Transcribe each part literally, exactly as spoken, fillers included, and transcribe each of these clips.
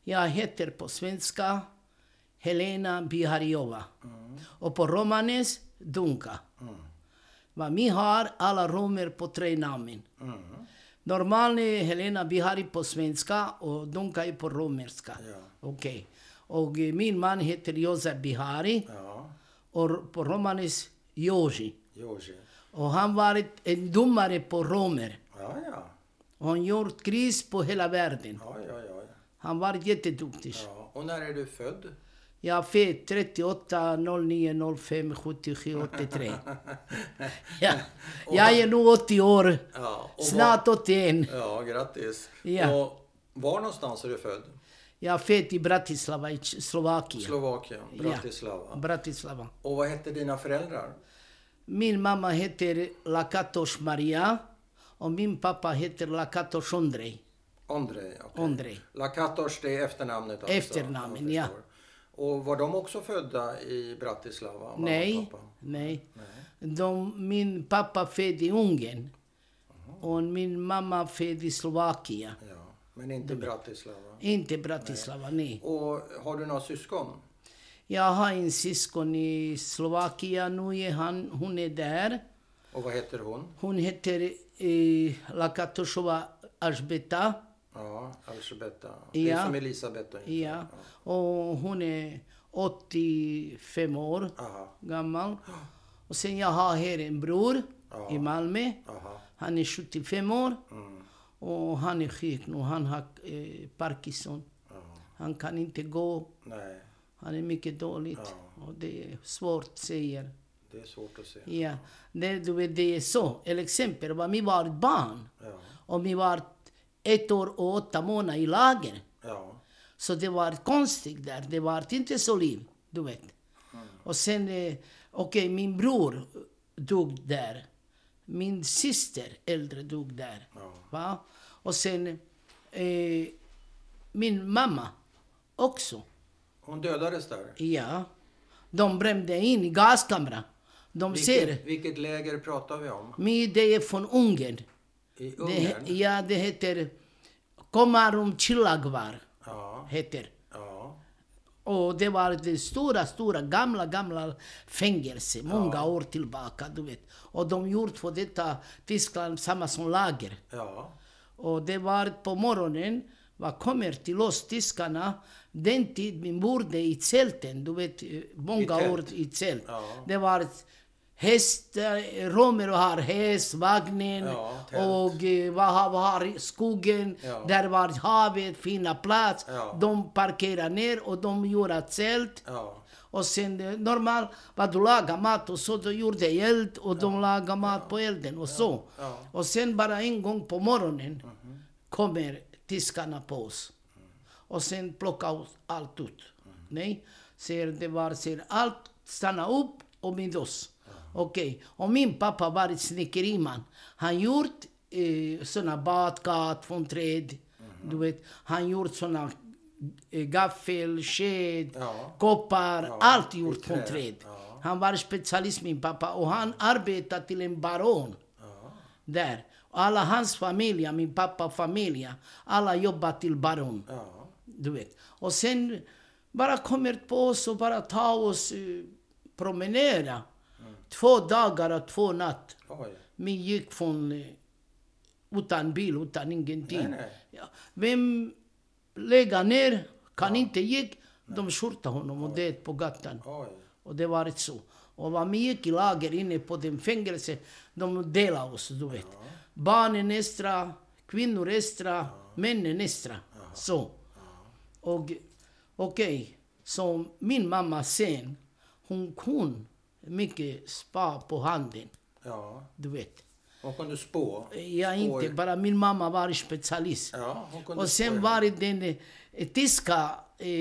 Jag heter på svenska Helena Bihariova. Mm. Och på romanes Dunka. Mm. Men vi har alla romer på tre namn. Mm. Normalt är Helena Bihari på svenska och Dunka är på romerska. Ja. Okej. Okay. Och min man heter Josef Bihari. Ja. Och på romanes Joji. Joji. Och han var en domare på romer. Ja, ja. Och han gjort kris på hela världen. Ja, ja, ja. Han var jätteduktig. Ja. Och när är du född? Jag är född trettioåtta noll nio noll fem sjuttiosju åttiotre. Ja. Jag är nu åttio år. Ja. Snart åttioen. Ja, grattis. Ja. Och var någonstans är du född? Jag är född i Bratislava i Slovakien. Slovakien, Bratislava. Ja, Bratislava. Och vad hette dina föräldrar? Min mamma heter Lakatos Maria och min pappa heter Lakatos Ondrej. Ondrej, okej. Ondrej. Lakatos, det är efternamnet alltså. Efternamn, ja. Och var de också födda i Bratislava? Nej, nej. nej. De, min pappa född i Ungern. Uh-huh. Och min mamma född i Slovakien. Ja, men inte Bratislava? Inte Bratislava, nej. nej. Och har du några syskon? Jag har en syskon i Slovakien. Nu är han, hon är där. Och vad heter hon? Hon heter eh, Lakatosova Alžbeta. Ja, Alžbeta. Det är ja. Som Elisabeth. Ja. ja, och hon är åttiofem år Aha. gammal. Och sen jag har här en bror Aha. i Malmö. Aha. Han är sjuttiofem år. Mm. Och han är sjuk nu. Han har eh, Parkinson. Aha. Han kan inte gå. Nej. Han är mycket dåligt. Ja. Och det är svårt, säger. Det är svårt att se. Ja, det, du vet, det är så. Till exempel, var vi var ett barn. Ja. Och vi var ett år och åtta månader i lager. Ja. Så det var konstigt där. Det var inte så liv, du vet. Mm. Och sen, eh, okej, okay, min bror dog där. Min syster äldre dog där. Ja. Va? Och sen, eh, min mamma också. Hon dödades där? Ja. De brände in i gaskamera. De vilket, ser... Vilket läger pratar vi om? Men det är från Ungern. I Ungern? Det, ja, det heter Komarum Chilagvar. Ja. Heter. Ja. Och det var det stora, stora, gamla, gamla fängelse. Många ja. år tillbaka, du vet. Och de gjorde för detta Tyskland samma som lager. Ja. Och det var på morgonen. Vad kommer till oss tyskarna, den tid vi bodde i tälten, du vet, många år i tält. Ja. Det var häst, romer har häst, vagnen ja, och vad har, vad har skogen, ja. Där var havet, fina plats. Ja. De parkerade ner och de gjorde tält. Ja. Och sen normalt, vad du lagar mat och så, de gjorde eld och ja. De lagar mat ja. På elden och så. Ja. Och sen bara en gång på morgonen mm-hmm. kommer tyskarna på oss. Mm. Och sen plocka ut allt ut. Mm. Nej, ser det var ser allt stanna upp och med oss. Mm. Okej. Okay. Och min pappa var ett snickeriman. Han gjort eh, såna badkat från träd. Mm. Du vet, han gjort såna eh, gaffel, sked, ja. Koppar, ja. Allt gjort från träd. Ja. Han var specialist, min pappa, och han arbetade till en baron. Ja. Där. Alla hans familj, min pappa familj, alla jobbar till baron. Ja. Du vet. Och sen bara kommer på oss och bara ta oss uh, promenera. Mm. Två dagar och två natt. Oj. Vi gick från uh, utan bil, utan ingenting. Nej, nej. Ja. Vem lägger ner, kan ja. Inte gick, de skjortade honom och det på gatan. Oj. Och det var så. Och vad vi gick i lager inne på den fängelse, de delade oss, du vet. Ja. Barnen extra, kvinnor extra, ja. Männen extra. Ja. Så. Ja. Och okej, okay. Så min mamma sen, hon kunde mycket spa på handen. Ja. Du vet. Hon kunde spå? Ja, inte spå. Bara min mamma var specialist. Ja, hon kunde och sen var det den eh, tyska,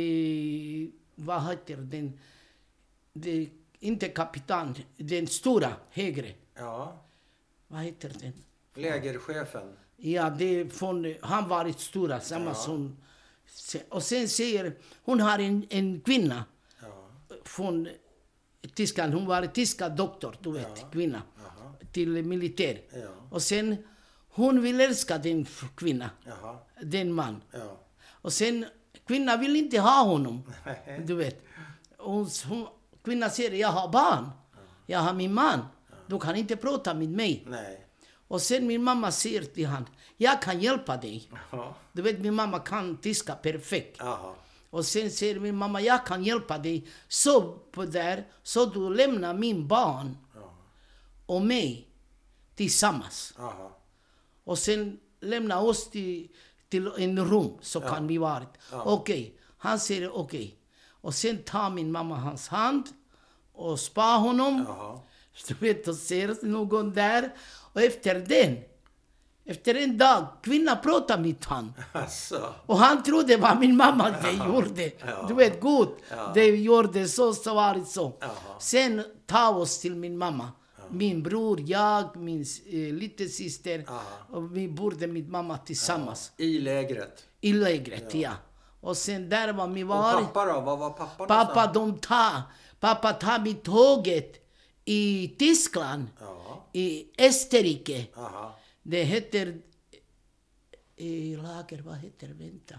eh, vad heter den, det, inte kapitan, den stora, högre. Ja. Vad heter den? Lägerchefen. Ja, det från, han var ett stora, samma ja. Som... Och sen säger, hon har en, en kvinna ja. Från Tyskland, hon var en tyska doktor, du vet, ja. Kvinna, Aha. Till militär. Ja. Och sen, hon vill älska den kvinna, Jaha. Den man. Ja. Och sen Kvinnan vill inte ha honom. Du vet. Hon, hon, kvinnan säger, jag har barn. Jag har min man. Du kan inte prata med mig. Nej. Och sen min mamma säger till han, jag kan hjälpa dig. Ja. Du vet, min mamma kan tyska perfekt. Aha. Och sen säger min mamma, jag kan hjälpa dig. Så på där, så du lämnar min barn Ja. och mig tillsammans. Aha. Och sen lämna oss till, till en rum, så Ja. kan vi vara. Ja. Okej, han säger okej. Och sen tar min mamma hans hand och spar honom. Jaha. Du vet, och ser någon där. Och efter den, efter en dag, kvinnan pratar med han. Alltså. Och han trodde vad min mamma det gjorde. Ja. Du vet, god. Ja. Det gjorde så, så var det så. Jaha. Sen tar oss till min mamma. Min bror, jag, min eh, lite syster. Ja. Och vi bodde med mamma tillsammans. I lägret. I lägret, ja. Och sen där var vi Och var. pappa då? Vad var pappa Pappa, någonstans? de tar. Pappa tar med tåget i Tyskland. Ja. I Österrike. Aha. Det heter... I lager, vad heter det? Vänta.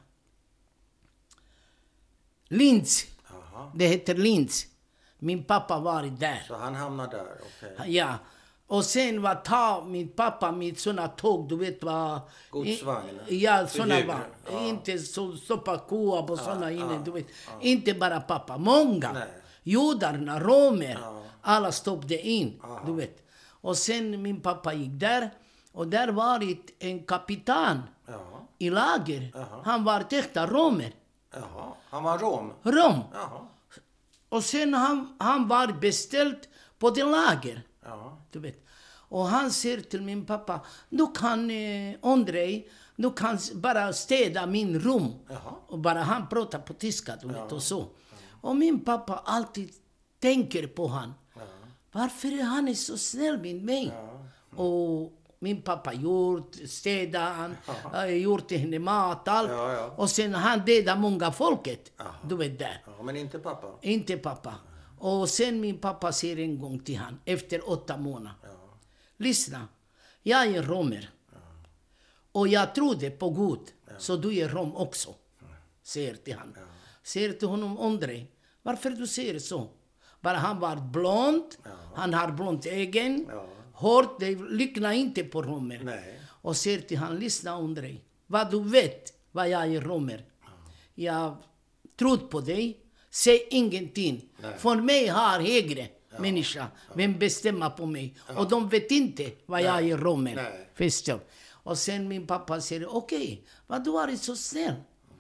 Linz. Aha. Det heter Linz. Min pappa var där. Så han hamnar där, okej. Ja. Och sen var ta min pappa med såna tåg, du vet vad... Godsvagn. Ja, För såna djur. var. Ja. Inte så stoppa koa på såna inne, ja, du vet. Inte bara pappa, många. Nej. Judarna, romer, Ja. alla stoppade in, Aha. du vet. Och sen min pappa gick där, och där var det en kapitan Ja. i lager. Aha. Han var äkta romer. Jaha. Han var rom? Rom. Jaha. Och sen han, han var beställd på det lager. Ja. Du vet. Och han säger till min pappa, du kan, eh, Andrei, du kan s- bara städa min rum. Jaha. Och bara han pratar på tyska, du vet, och så. Och min pappa alltid tänker på han. Ja. Varför är han så snäll med mig? Och min pappa gjort, städat, han har gjort till henne mat, allt. Ja, ja. Och sen han dödade många folket, Aha. du vet där. Ja, men inte pappa? Inte pappa. Och sen min pappa säger en gång till han, efter åtta månader. Ja. Lyssna, jag är romer. Och jag trodde på Gud, så du är rom också. Säger till han. Säger till honom, Andrei, varför du säger så? Bara han var blond, han har blont ögon, Ja. hårt, det liknar inte på romer. Nej. Och säger till han, lyssna Andrei, vad du vet vad jag är romer. Jag tror på dig, säg ingenting. Nej. För mig har högre människa, vem bestämmer på mig. Och de vet inte vad jag är romer. Nej. Förstår? Och sen min pappa säger, okej, vad du är så snäll.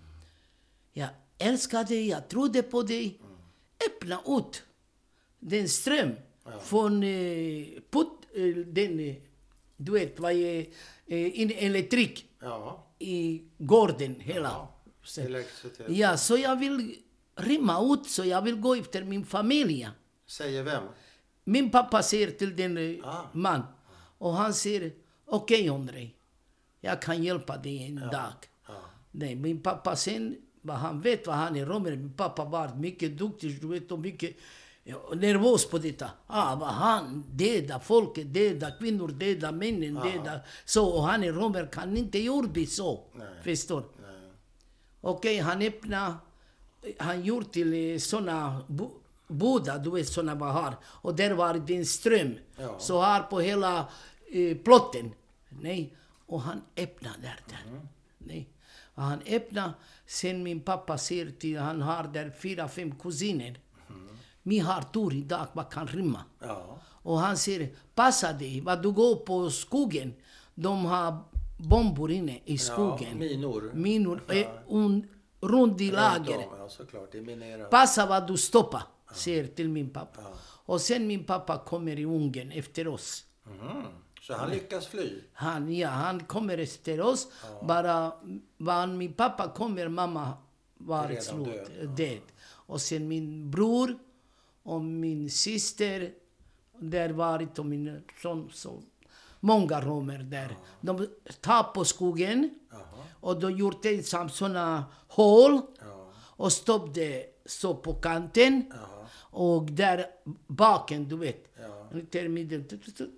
Jag älskar dig, jag trodde på dig. Öppna ut den ström från eh, put, eh, den, eh, du vet, vad är eh, in, elektrik Ja. i gården hela. Ja. Så- Elektricitet. Ja, så jag vill rymma ut, så jag vill gå efter min familj. Säger vem? Min pappa säger till den eh, Ah. man, och han säger, okej Andrei, jag kan hjälpa dig en dag. Ja. Nej, min pappa sen, vad han vet vad han är romer, min pappa var mycket duktig, du vet, och mycket ja, nervös på detta. Ah, vad han döda folket, döda kvinnor, döda männen, döda så, och han är romer, kan inte göra det så. Nej. Förstår? Nej. Okej, han öppnade, han gjorde till eh, såna bo, bodar, du vet såna man har. Och där var det en ström. Ja. Så här på hela eh, plotten. Nej, och han öppnade där. där. Nej. Och han öppnade, sen min pappa säger till, han har där fyra, fem kusiner. Vi har tur idag, vad kan rymma. Ja. Och han säger, passa dig, vad du går på skogen. De har bomber inne i skogen. Ja, minor. Minor, Ja. eh, un, runt i lager. Runt om, ja, såklart. Det är minerat. Passa vad du stoppar, säger till min pappa. Ja. Och sen min pappa kommer i ungen efter oss. Mhm. Så han lyckas fly? Han, ja, han kommer efter oss. Bara när min pappa kommer, mamma var Redan slut, död. död. Och sen min bror och min syster, där varit och min son, så många romer där. De tar på skogen Jaha. och de gjorde ensam såna hål Ja. och stoppade så på kanten. Jaha. Och där baken, du vet. Ja. Lite i mitten.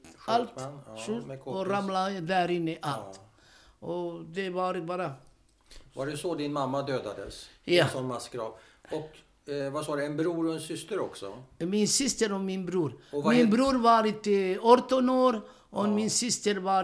Allt. man, ja, skjut med och kompis. ramlade där inne allt. Och det var bara Var det så din mamma dödades? Ja. En sån massgrav. Och eh, vad sa du, en bror och en syster också? Min syster och min bror. Och vad Min het- bror var arton år och min syster var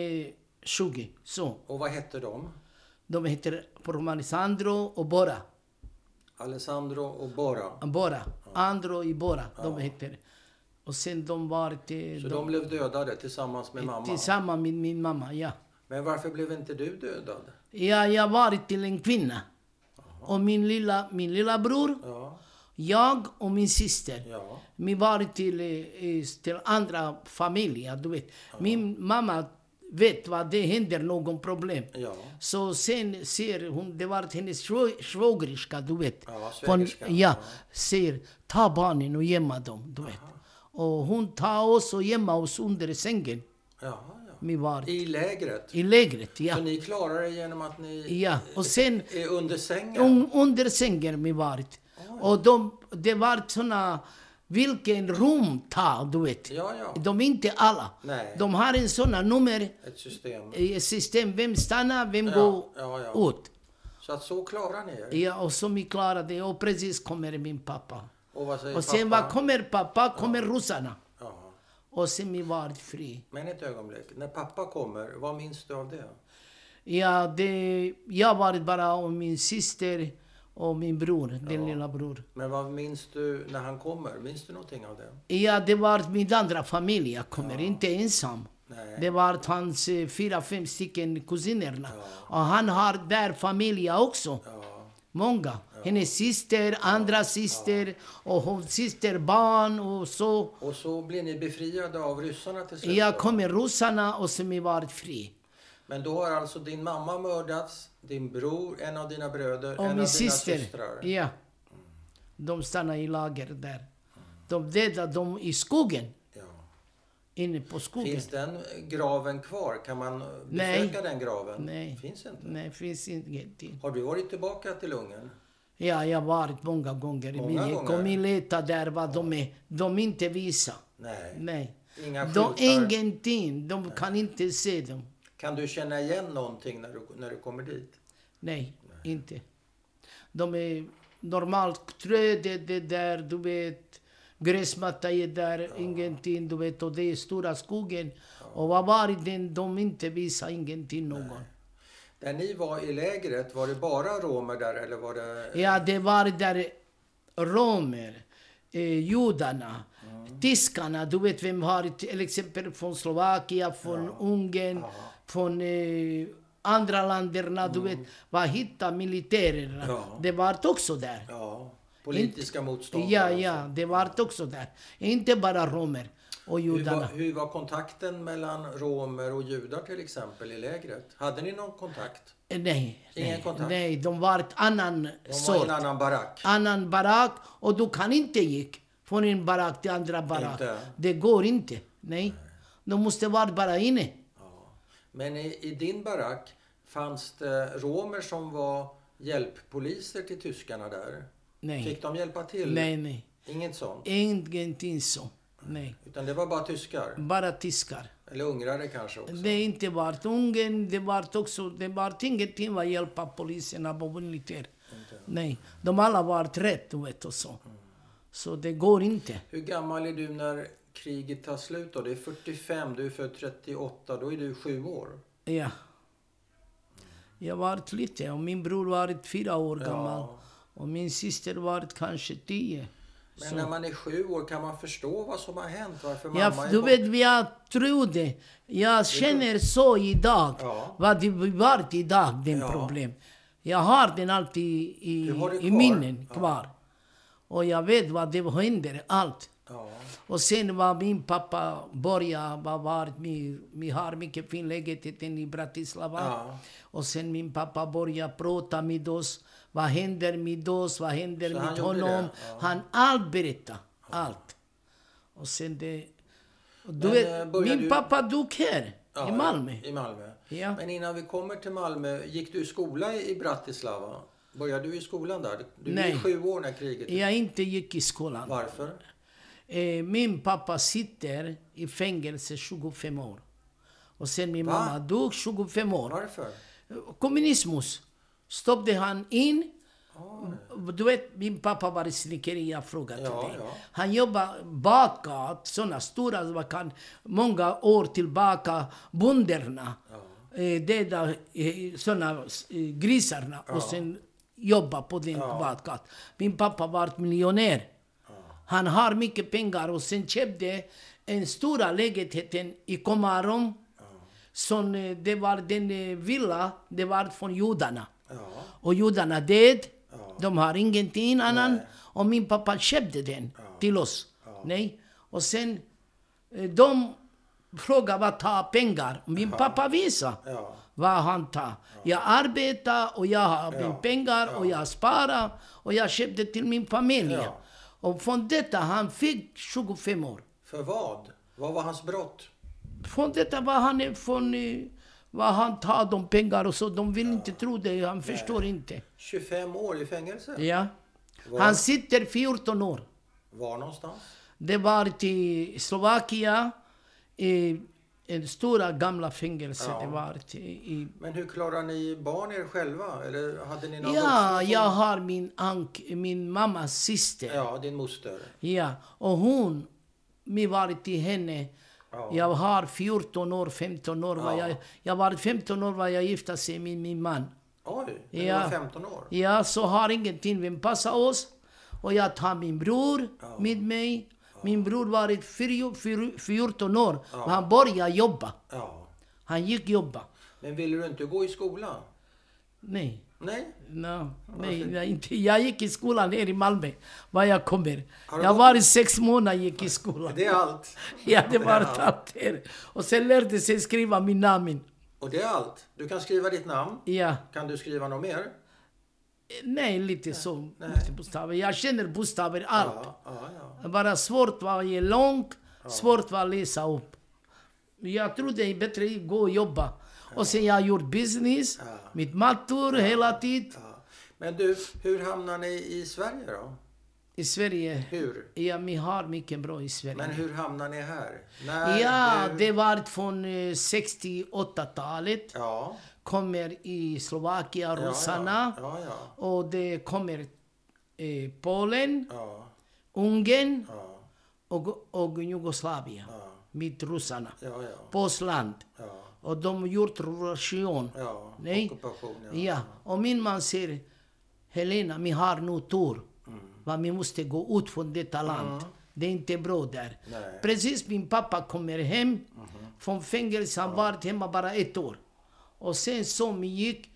tjugo. Så. Och vad hette de? De heter Alessandro och Bora. Alessandro och Bora. Bora. Andro och Bora. De heter. Och sen de var till... Så de blev dödade tillsammans med mamma? Tillsammans med min mamma, ja. Men varför blev inte du dödad? Ja, jag var till en kvinna. Och min lilla, min lilla bror, Ja, jag och min syster. ja, Vi var till, eh, till andra familjer, du vet. Min mamma vet vad det händer, någon problem. ja. Så sen ser hon, det var hennes svå- svågerska, du vet. Ja, Från- svägerska. ja, ser, ta barnen och gömma dem, du vet. Och hon tar oss och gömma oss under sängen. Ja, ja. Vi var I lägret? i lägret, ja. Så ni klarar det genom att ni Ja, och sen är under sängen? un, under sängen vi varit. Och de, det var såna, vilken rum tar, du vet. Ja, ja. De är inte alla. Nej. De har en såna nummer, Ett system. eh, system, vem stannar, vem Ja, går ja, ja. ut. Så att så klarar ni er? Ja, och så vi klarade det. Och precis kommer min pappa. Och vad säger Och sen pappa? vad kommer pappa, kommer ryssarna. Ja. Och sen vi var fri. Men ett ögonblick. När pappa kommer, vad minns du av det? Ja, det, jag var bara och min syster och min bror, den lilla bror. Men vad minns du när han kommer? Minns du någonting av det? Ja, det var min andra familj. Jag kommer inte ensam. Nej. Det var hans eh, fyra, fem stycken kusinerna. Och han har där familj också. Ja. Många. Hennes syster, andra syster och hon syster barn och så. Och så blir ni befriade av ryssarna till slut? Jag då? kom med ryssarna och sen vi var fri. Men då har alltså din mamma mördats, din bror, en av dina bröder, Och en av min dina syster. systrar. Ja. De stannade i lager där. De dödade dem i skogen. Ja. Inne på skogen. Finns den graven kvar? Kan man Nej. besöka den graven? Nej. Finns inte. Nej, finns ingenting. Har du varit tillbaka till Ungern? Ja, jag har varit många gånger. Många vi gånger? kom och leta där vad de är. De inte visa. Nej. Nej. Inga De, skyltar? ingenting. De kan inte se dem. Kan du känna igen någonting när du, när du kommer dit? Nej, inte. De är normalt trädet det där, du vet. Gräsmatta är där, ingenting, du vet. Och det är stora skogen. Och vad var det? De inte visar ingenting någon. Där ni var i lägret, var det bara romer där eller var det... Ja, det var där romer, eh, judarna, tyskarna. Du vet vem har till exempel från Slovakien, från Ungern, från eh, andra länderna. Du vet, vad hittar militärerna. Ja. Det var också där. Ja, politiska motståndare. Ja, alltså. ja, det var också där. Inte bara romer och Hur var, judarna. hur var kontakten mellan romer och judar till exempel i lägret? Hade ni någon kontakt? Nej, Ingen nej, kontakt? nej, de var ett annan De var i sort. en annan barack? Annan barack och du kan inte gick från en barack till andra barack. Inte? Det går inte. Nej. De måste vara bara inne. Ja. Men i, i din barack fanns det romer som var hjälppoliser till tyskarna där? Nej. Fick de hjälpa till? Nej, nej. Inget sånt? Ingenting så. Nej. Utan det var bara tyskar? Bara tyskar. Eller ungrare kanske också? Det är inte varit Ungern, det var också, det var ingenting vad hjälpa poliserna på militär. Nej. De alla var rätt, du vet och så. Så det går inte. Hur gammal är du när kriget tar slut då? Det är fyrtiofem, du är född trettioåtta, då är du sju år. Ja. Jag var lite och min bror var fyra år gammal. Och min syster var kanske tio. Men Så. när man är sju år kan man förstå vad som har hänt? Varför Ja, mamma är du bort- vet, jag trodde, jag känner så idag, Ja. vad det var idag, den Ja. problem. Jag har den alltid i, Du har det i kvar? minnen Ja. kvar. Och jag vet vad det händer, allt. Ja. Och sen var min pappa började, vad var, vi, vi har mycket fin lägenhet i Bratislava. Ja. Och sen min pappa började prata med oss. Vad händer med oss? Vad händer Så med han gjorde honom? det? Ja. Han allt berättade. Allt. Och sen det... och Du Men, eh, vet, började min du- pappa dog här. Ja, I Malmö. I Malmö. Ja. Men innan vi kommer till Malmö, gick du i skola i Bratislava? Började du i skolan där? Du Nej. är sju år när kriget... Jag inte gick i skolan. Varför? Eh, min pappa sitter i fängelse tjugofem år. Och sen min Va? mamma dog tjugofem år. Varför? Kommunismus. stoppade han in. Oj. Du vet, min pappa var i snickeri, jag frågade Ja, dig. ja. Han jobbade bakat, sådana stora, man kan, många år tillbaka, bonderna. Eh, det där, eh, sådana eh, grisarna. Och sen jobba på den bakat. Min pappa var miljonär. Han har mycket pengar och sen köpte en stora lägenheten i Komarom. Som, eh, det var den eh, villa, det var från judarna. Ja. Och judarna död. De har ingenting annan. Och min pappa köpte den till oss. Nej. Och sen, eh, de frågade vad tar pengar. Och min pappa visade Ja. vad han tar. Jag arbetar och jag har min pengar och jag sparar. Och jag köpte till min familj. Ja. Och från detta han fick tjugofem år. För vad? Vad var hans brott? Från detta var han från eh, vad han tar de pengar och så. De vill inte tro det. Han förstår inte. tjugofem år i fängelse? Ja. Var, Han sitter fjorton år. var någonstans? Det var till Slovakien. I en stora gamla fängelse. Ja. Det var till, i... Men hur klarar ni barn er själva? Eller hade ni någon Ja, vuxna som- jag har min ank, min mammas syster. Ja, din moster. Ja, och hon, vi var till henne. Ja. Jag har fjorton år, femton år. Var Ja. jag, jag var femton år var jag gifta sig med min man. Oj, men Ja. du var femton år. Ja, så har ingenting. Vem passar oss? Och jag tar min bror med mig. Min bror var ett fyr- fyr- fjorton år. Och han började jobba. Ja. Han gick jobba. Men ville du inte gå i skolan? Nej. Nej? No, nej, nej, inte. Jag gick i skolan här i Malmö, var jag kommer. Har du Jag gått- var i sex månader gick i skolan. Det är allt. Ja, det var är allt här. Och sen lärde sig skriva min namn. Och det är allt. Du kan skriva ditt namn. Ja. Kan du skriva något mer? Nej, lite så. Nej. Lite bokstäver. Jag känner bokstäver, allt. Ja, ja, ja. Bara svårt var att ge långt, svårt var att läsa upp. Jag tror det är bättre att gå och jobba. Och sen jag har gjort business, mitt matur hela tiden. Ja. Men du, hur hamnar ni i Sverige då? I Sverige. Hur? Ja, vi har mycket bra i Sverige. Men hur hamnar ni här? När Ja, du... det var från eh, sextioåtta-talet. Ja. Kommer i Slovakien, Ja, ryssarna. Ja, ja. Och det kommer eh, Polen, Ja, Ungern ja, och, och Jugoslavien. ja, Med ryssarna. ja, ja, Påsland. ja, Och de gjort relation. ja. Nej. Ockupation, ja. Ja, och min man säger, Helena, vi har nu tur. Mm. Vi måste gå ut från detta land. Det är inte bra där. Nej. Precis min pappa kommer hem från fängelse. Han varit hemma bara ett år. Och sen som gick,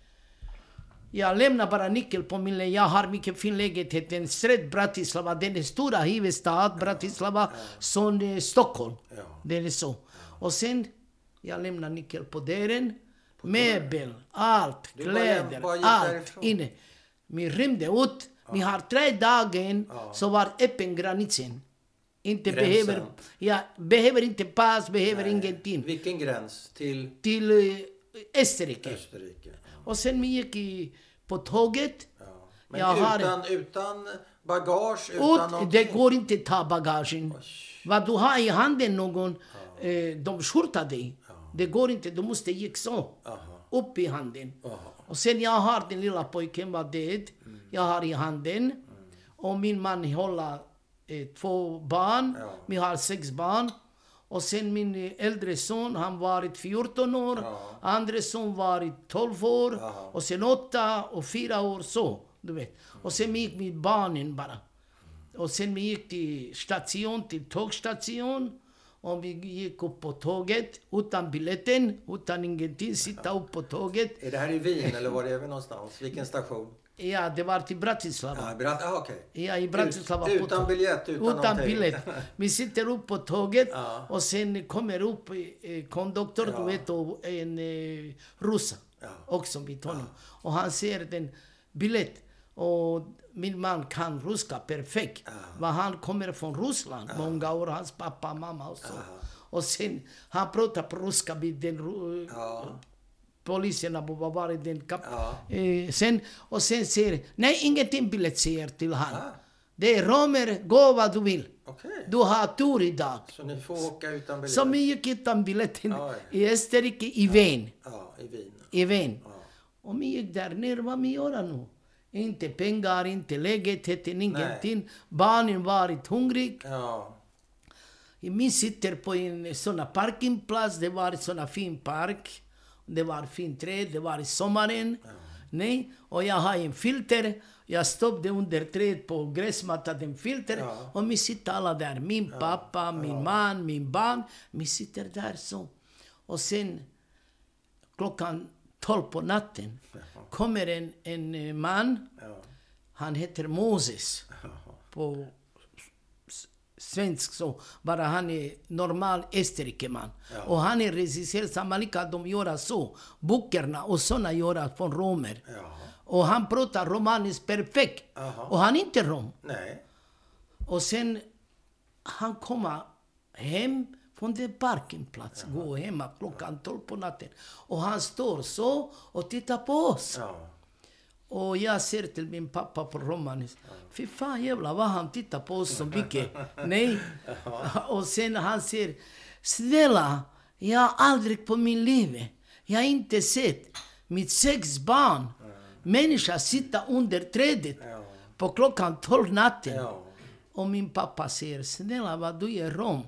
jag lämnar bara nyckel på min lägenhet. Jag har mycket fin lägenhet. En strädd Bratislava. Den är stora huvudstad, Bratislava, som eh, Stockholm. Ja. Det är så. Och sen, jag lämnar nyckel på dörren. Möbel, allt, Du bara kläder, läm- bara gick allt därifrån? inne. Vi rymde ut. Vi har tre dagar så var öppen gränsen. Inte Gränsen? behöver, ja, behöver inte pass, behöver Nej. ingenting. Vilken gräns? Till Till eh, Österrike. Österrike? Och sen vi gick i, på tåget. Ja. Men Jag har- utan, utan bagage, utan Och någonting? det går inte att ta bagagen. Vad du har i handen någon, eh, de skjuter dig. Det går inte, du måste gick så. Aha. Upp i handen. Aha. Och sen jag har den lilla pojken var död. Jag har i handen. Och min man håller eh, två barn. Ja. Vi har sex barn. Och sen min eh, äldre son, han var fjorton år. Ja. Andra son var tolv år. Aha. Och sen åtta och fyra år så. Du vet. Och sen gick vi barnen bara. Och sen vi gick till station, till tågstation. Och vi gick upp på tåget utan biljetten, utan ingenting, sitta upp på tåget. Är det här i Wien eller var är vi någonstans? Vilken station? Ja, det var till Bratislava. Ja, Brat- ah, okej. Ja, i Bratislava. Ut, på utan tåg. biljett, utan, Utan någonting. biljett. Vi sitter upp på tåget Ja. och sen kommer upp eh, konduktor, Ja. du vet, och en eh, russa Ja. också vid honom. Och han ser den biljett. Och min man kan ryska perfekt. Ja. Men han kommer från Ryssland många år, hans pappa, mamma och så. Och sen, han pratar på ryska med den ru- Ja. poliserna, vad var det, den kap- Ja. eh, sen, och sen säger, nej ingenting biljett säger till han. Ah. Det är romer, gå vad du vill. Okej. Du har tur idag. Så ni får åka utan biljett? Så vi gick utan biljetten Oj. i Österrike, i Wien. Ja, i Wien. I Wien. Ja. Och vi gick där ner, vad vi gör nu? Inte pengar, inte lägenhet, ingenting. Nej. Barnen varit hungriga. Ja. Vi sitter på en sån parkingplats, det var en sån fin park. Det var fint träd, det var i sommaren. Ja. Nej, och jag har en filter. Jag stoppade under träd på gräsmattan, en filter. Ja. Och vi sitter alla där. Min ja. pappa, min ja. man, min barn. Vi sitter där så. Och sen klockan tolv på natten ja. kommer en, en man. Ja. Han heter Moses. Ja. På svensk så. Bara han är normal österrikeman. Ja. Och han är regissör samma lika de gör så. Böckerna och såna gör från romer. Ja. Och han pratar romaniskt perfekt. Aha. Och han är inte rom. Nej. Och sen han kommer hem från den parkingplatsen. Går hemma klockan tolv på natten. Och han står så och tittar på oss. Ja. Och jag säger till min pappa på romaniskt. Ja. Fy fan jävlar vad han tittar på oss så mycket. Nej. Ja. Och sen han säger. Snälla. Jag har aldrig på min liv. Jag har inte sett mitt sex barn. Ja. Människa sitta under trädet. Ja. På klockan tolv natten. Ja. Och min pappa säger. Snälla vad du är rom.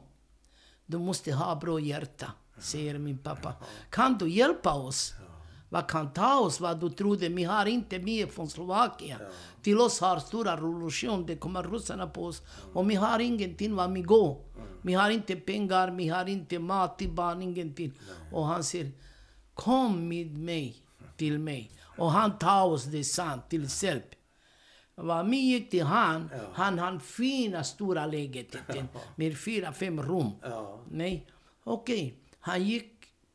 Du måste ha bra hjärta. Säger min pappa. Ja. Kan du hjälpa oss? Ja. Vad kan ta oss vad du trodde? Vi har inte mer från Slovakien. Ja. Till oss har stora revolution. Det kommer ryssarna på oss. Mm. Och vi har ingenting vad vi går. Mm. Vi har inte pengar. Vi har inte mat till barn. Ingenting. Nej. Och han säger. Kom med mig. Till mig. Och han tar oss det sant till hjälp. Vad vi gick till han. Ja. Han har fina stora lägenheten. Ja. Med fyra, fem rum. Ja. Nej. Okej. Okay. Han gick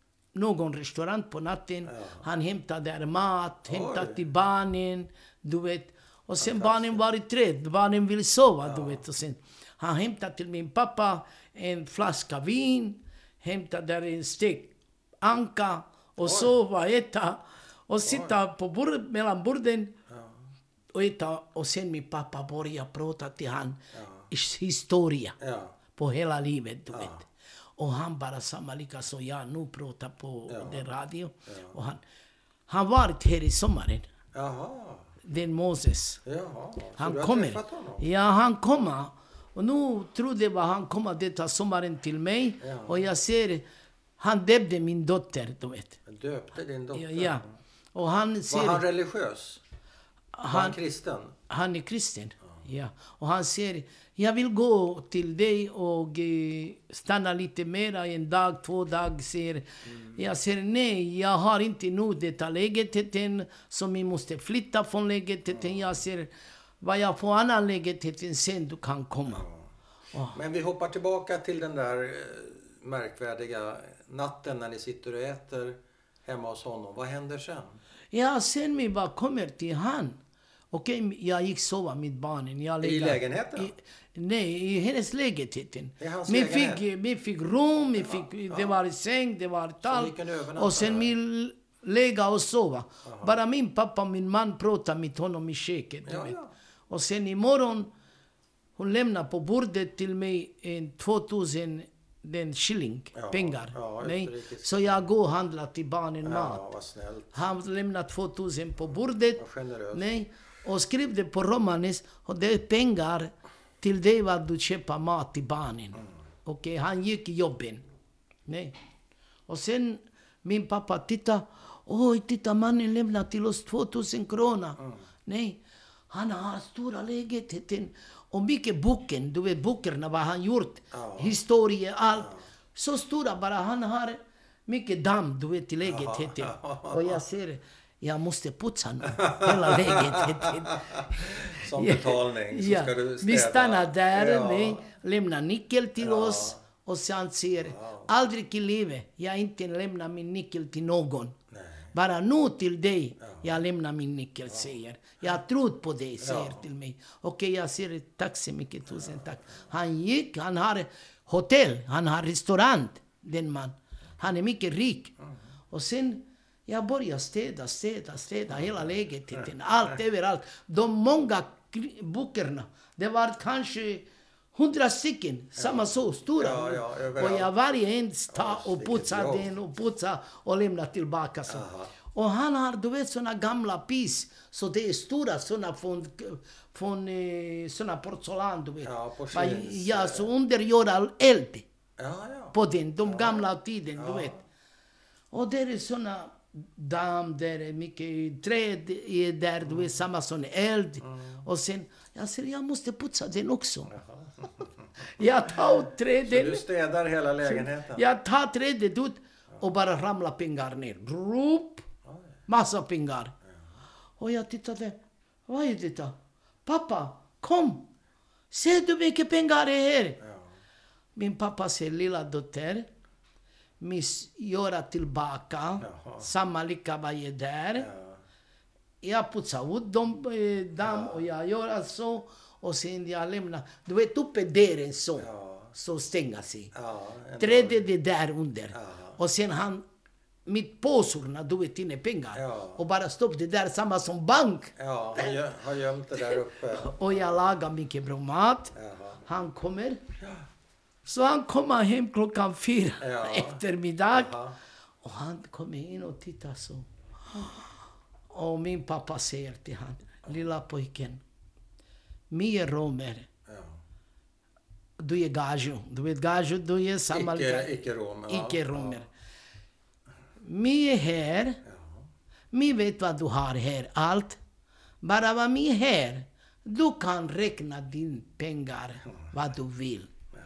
någon restaurang på natten. Ja. Han hämtade där mat, hämtade till barnen, du vet. Och sen barnen var i träd, barnen ville sova, ja. Du vet. Och sen han hämtade till min pappa en flaska vin, hämtade där en stek anka och Oj. Sova, äta. Och sitta Oj. På bord, mellan borden ja. Och äta. Och sen min pappa började prata till han ja. Historia ja. På hela livet, du ja. Vet. Och han bara samma lika så jag nu pratar på ja. Den radio. Ja. Och han, han varit här i sommaren. Jaha. Den Moses. Jaha. Han kommer. Ja, han kommer. Och nu trodde jag att han kommer detta sommaren till mig. Ja. Och jag ser, han döpte min dotter, du vet. Döpte din dotter? Ja. Ja. Och han ser, var han religiös? Var han, han kristen? Han är kristen. Ja, och han säger, jag vill gå till dig och eh, stanna lite mer, en dag, två dagar, säger. Mm. Jag säger, nej, jag har inte nu detta lägenheten, så vi måste flytta från lägenheten. Mm. Jag säger, vad jag får annan lägenheten sen du kan komma. Mm. Oh. Men vi hoppar tillbaka till den där eh, märkvärdiga natten när ni sitter och äter hemma hos honom. Vad händer sen? Ja, sen vi bara kommer till han. Okej, okay, jag gick sova med barnen. Jag I lägenheten? I, nej, i hennes lägenheten. I hans vi lägenhet? Fick, vi fick rum, vi fick, ja, det var säng, det var tal. Och sen vi lägga och sova. Aha. Bara min pappa och min man pratade med honom i köket. Ja, ja. Och sen imorgon, hon lämnade på bordet till mig en tvåtusen den shilling, ja, pengar. Ja, nej. Så jag går och handlar till barnen ja, mat. Vad snällt. Han lämnade tvåtusen på bordet. Nej. Och skrev det på romaniskt. Och det är pengar till det vad du köper mat till barnen. Mm. Okej, okay, han gick i jobben. Nej. Och sen min pappa titta. Oj, titta, mannen lämnar till oss tvåtusen kronor. Mm. Nej. Han har stora lägenheten. Och mycket boken, du vet bokerna vad han gjort. Ja. Historia, allt. Ja. Så stora bara. Han har mycket damm, du vet, i lägenheten. Ja. Och jag ser, jag måste putsa nu. Hela lägenheten. Som betalning så ja. Ska du städa. Vi stannar där, ja. Med, lämnar nyckel till ja. Oss. Och sen säger, ja. Aldrig i livet, jag inte lämnar min nyckel till någon. Nej. Bara nu till dig, ja. Jag lämnar min nyckel, ja. Säger. Jag har trott på dig, säger ja. Till mig. Okej, okay, jag säger tack så mycket, tusen ja. Tack. Han gick, han har hotell, han har restaurang, den man. Han är mycket rik. Mm. Och sen, jag började städa, städa, städa, hela lägenheten, allt, överallt. De många böckerna, det var kanske hundra stycken, ja. Samma så stora. Ja, ja, och jag varje en ta och putsa den och putsa och lämna tillbaka. Så. Och han har, du vet, såna gamla pis. Så det är stora såna från, från eh, såna porcellan, du vet. Ja, porslins. Ja, så under gör eld. Ja, ja. På den, de Ja. gamla tiden, Ja. du vet. Och det är såna damm, där är mycket träd är där, du vet, samma som eld. Mm. Och sen, jag säger, jag måste putsa den också. Jag tar träden. Så du städar hela lägenheten? Jag tar trädet ut och bara ramlar pengar ner. Rup, massa pengar. Och jag tittade, vad är detta? Pappa, kom! Ser du mycket pengar är här? Ja. Min pappa säger, lilla dotter, miss göra tillbaka, Jaha. samma lika varje där. Ja. Jag putsar ut dem, eh, damm och jag gör så. Och sen jag lämnar, du vet uppe där en så, Ja. så stänga sig. Ja, en Trädet är där under. Ja. Och sen han, mitt påsorna, du vet, inne pengar. Ja. Och bara stopp det där, samma som bank. Ja, har gö- har gömt det där uppe. Och jag lagar mycket bra mat. Jaha. Han kommer. Så han kommer hem klockan fyra Ja. eftermiddag. Jaha. Och han kommer in och tittar så. Och min pappa säger till han, lilla pojken, Mie romer, Ja. du är gajo. Du vet gajo, du är samma... Icke, icke romer. va? Icke romer. Mie här, Ja. mi vet vad du har här, allt. Bara vad mi här, du kan räkna din pengar, vad du vill.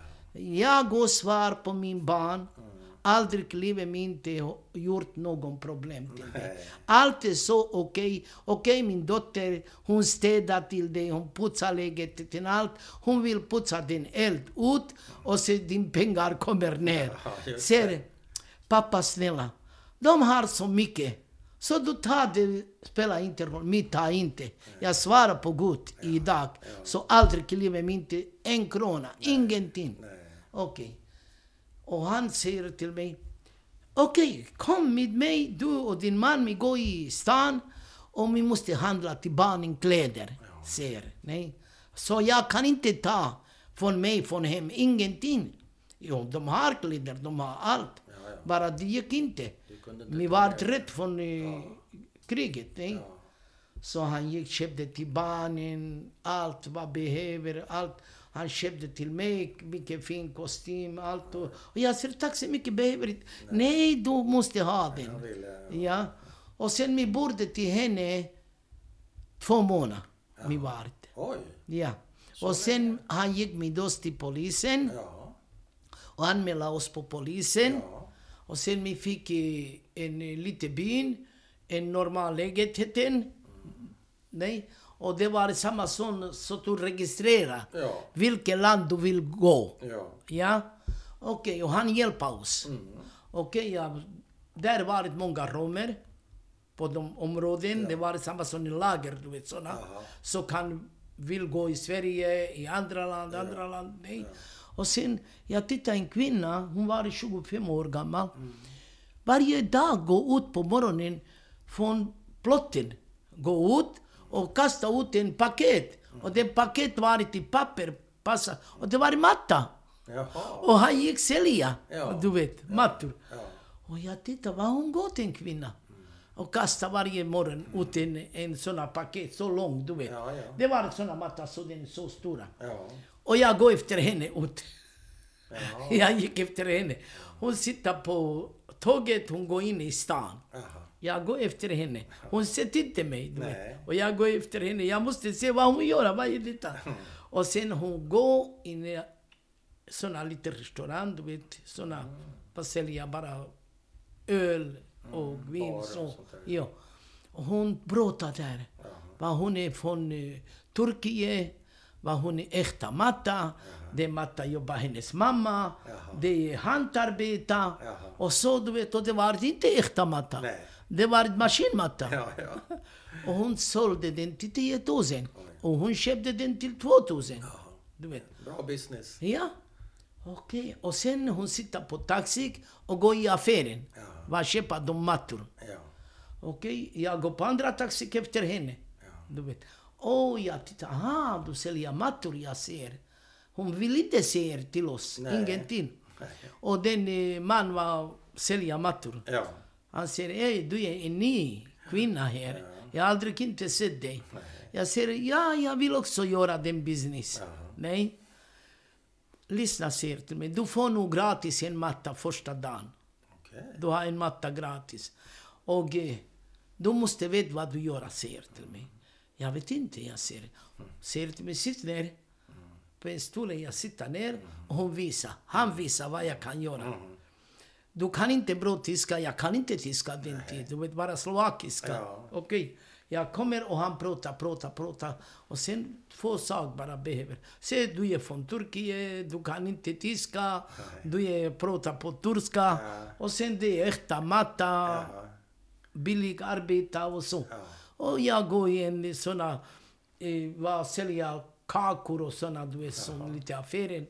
Jag går svar på min barn. Aldrig i livet min inte gjort någon problem till det. Nej. Allt är så okej. Okej, min dotter, hon städar till dig, hon putsar läget till allt. Hon vill putsa din eld ut och så din pengar kommer ner. Ja, just Ser, pappa snälla, de har så mycket. Så du tar det, spelar inte roll, mitt tar inte. Jag svarar på Gud idag. Så aldrig i livet min inte en krona, ingenting. Nej. Okej. Och han säger till mig, okej, kom med mig, du och din man, vi går i stan och vi måste handla till barnen kläder. Säger, nej. Så jag kan inte ta från mig, från hem, ingenting. Jo, de har kläder, de har allt. Ja, ja. Bara det gick inte. Du kunde inte Vi ta var med. rätt från eh, kriget, nej. Ja. Så han gick köpte till barnen, allt vad behöver, allt. Han köpte till mig, mycket fin kostym, allt. Och, och jag säger, tack så mycket, behöver inte. Nej, du måste ha Han den. ville, Ja. Och sen vi bodde till henne två månader. Vi var. oj. Ja. Och sen han gick med oss till polisen Ja. och anmälde oss på polisen. Ja. Och sen vi fick eh, en eh, liten byn, en normal lägenhet. Nej. Och det var samma som så du registrerar Ja. vilket land du vill gå. Ja. Ja. Okej, och han hjälpte oss. Mm. Okej, ja. Där var det många romer på de områden. Det var samma som i lager, du vet såna. Aha. Så kan vill gå i Sverige, i andra land, andra land. Nej. Och sen, jag tittade en kvinna, hon var tjugofem år gammal. Varje dag gå ut på morgonen från plotten. Gå ut och kasta ut en paket. Och det paket var i papper, passa. Och det var i matta. Jaha. Och han gick sälja, Ja. du vet, mattor. Ja. Och jag tittade, vad hon gått en kvinna. Och kastade varje morgon ut en, en sån här paket, så lång, du vet. Ja, ja. Det var en sån här matta, så den är så stora. Ja. Och jag går efter henne ut. Jaha. Jag gick efter henne. Hon sitter på tåget, hon går in i stan. Jaha. Jag går efter henne. Hon ser inte mig. Du Nej. vet. Och jag går efter henne. Jag måste se vad hon gör. Vad är detta? Och sen hon går in i såna lite restaurang. Du vet. Såna. Mm. Vad säljer bara öl och vin. bar och Så. sånt där. Ja. Och hon pratar där. Vad hon är från uh, Turkiet. Vad hon är äkta matta. Det är matta jobbar hennes mamma. Jaha. Det är handarbete. Jaha. Och så du vet. Och det var inte äkta matta. Nej. Det var ett maskinmatta. Ja, ja. Och hon sålde den till tio tusen. Och hon köpte den till två tusen. Du vet. Bra business. Ja. Okej. Och sen hon sitter på taxi och går i affären. Ja. Vad köper de mattor. Ja. Okej. Jag går på andra taxi efter henne. Ja. Du vet. Och jag tittar. Aha, du säljer mattor, jag ser. Hon vill inte säga till oss. Nej. Ingenting. Nej. Och den eh, man var sälja mattor. Ja. Han säger, ej, du är en ny kvinna här. Ja. Jag har aldrig inte sett dig. Nej. Jag säger, ja, jag vill också göra den business. Ja. Nej. Lyssna, säger till mig. Du får nog gratis en matta första dagen. Okay. Du har en matta gratis. Och eh, du måste veta vad du gör, säger till mig. Jag vet inte, jag säger. Säger till mig, sitt ner. På en stol, jag sitter ner och hon visar. Han visar vad jag kan göra. Du kan inte bra tyska, jag kan inte tyska den tid. Du vet bara slovakiska. Ja. Okej. Okay. Jag kommer och han pratar, pratar, pratar. Och sen två saker bara behöver. Se, du är från Turkiet, du kan inte tyska. Nej. Du är pratar på turska. Ja. Och sen det är äkta matta. Ja. Billig arbete och så. Ja. Och jag går i en såna, eh, vad säljer kakor och såna, du vet, som lite affären.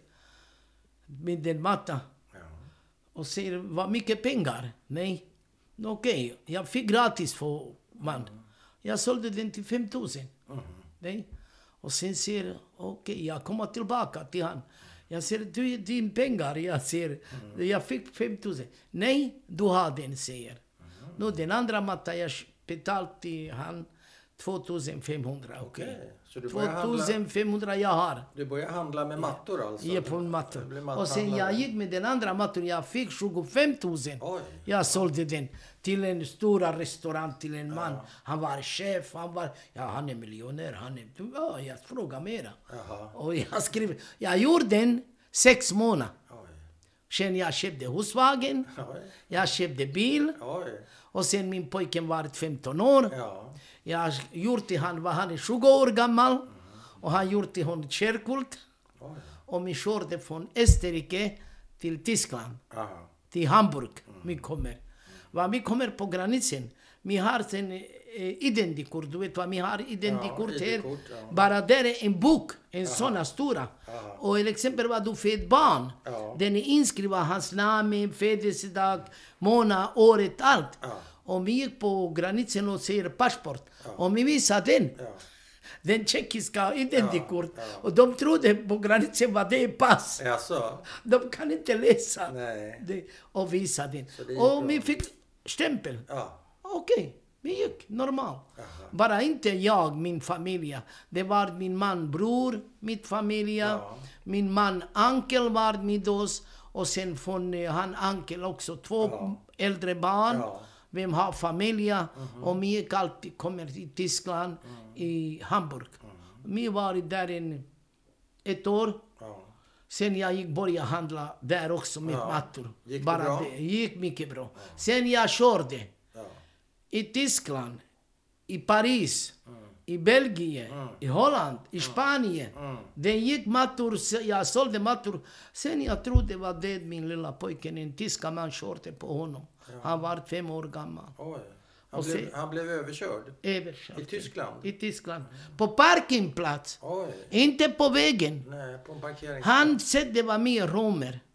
Med den matta. Ja. Och säger, vad mycket pengar? Nej. Okej, okay. Jag fick gratis för man. Mm. Jag sålde den till fem tusen. Mm. Nej. Och sen säger, okej, okay, jag kommer tillbaka till han. Jag säger, du din pengar. Jag säger, mm. jag fick fem tusen. Nej, du har den, säger. Mm. Nu den andra matta jag betalt till han två tusen femhundra. Okej. Okay. Okay. två tusen femhundra jag har. Du börjar handla med mattor alltså? Ja, på mattor. Och sen jag gick med den andra mattor, jag fick tjugofem tusen. Oj. Jag sålde den till en stor restaurang, till en man. Ja. Han var chef, han var, ja, han är miljonär, han är, ja, jag frågade mera. Aha. Och jag skrev, jag gjorde den sex månader. Oj. Sen jag köpte husvagn, Oj. Jag köpte bil. Oj. Och sen min pojke var femton år. Ja. Jag gjorde till han, var han är tjugo år gammal. Mm. Och han gjorde till honom körkort. Oh. Och vi körde från Österrike till Tyskland. Aha. Till Hamburg. Mm. Vi kommer. Mm. Var vi kommer på gränsen. Vi har en eh, identikort. Du vet vad vi har identikort ja, här. Ja. Bara där är en bok. En sån stora. Aha. Och till exempel vad du född barn. Ja. Den är inskriven hans namn, födelsedag, månad, året, allt. Ja. Och vi gick på gränsen och säger passport. Ja. Och vi visade den. Ja. Den tjeckiska identikort. Ja. Ja. Och de trodde på gränsen vad det är pass. Ja, så. De kan inte läsa. Nej. Det, och visa den. Och bra. Vi fick stämpel. Ja. Okej, okay. Vi gick normalt. Aha. Bara inte jag, min familj. Det var min man, bror, mitt familj. Ja. Min man, Ankel var med oss. Och sen från han Ankel också två ja. Äldre barn. Ja. Vem har familj. Mm-hmm. Och vi gick alltid, kommer till Tyskland, mm. i Hamburg. Mm. Vi var där en, ett år. Ja. Sen jag gick började handla där också med ja. Mattor. Gick det bara bra? Det gick mycket bra. Ja. Sen jag körde ja. I Tyskland, i Paris, mm. i Belgien, mm. i Holland, i Spanien. Mm. Den gick mattor, jag sålde mattor. Sen jag trodde det var det min lilla pojken, en tyska man körde på honom. Ja. Han var fem år gammal. Oj. Han, blev, sen, han blev överkörd? Överkörd. I Tyskland? I Tyskland. Mm. På parkingplats. Oj. Inte på vägen. Nej, på en parkeringsplats. Han sett det var mer romer. Mm.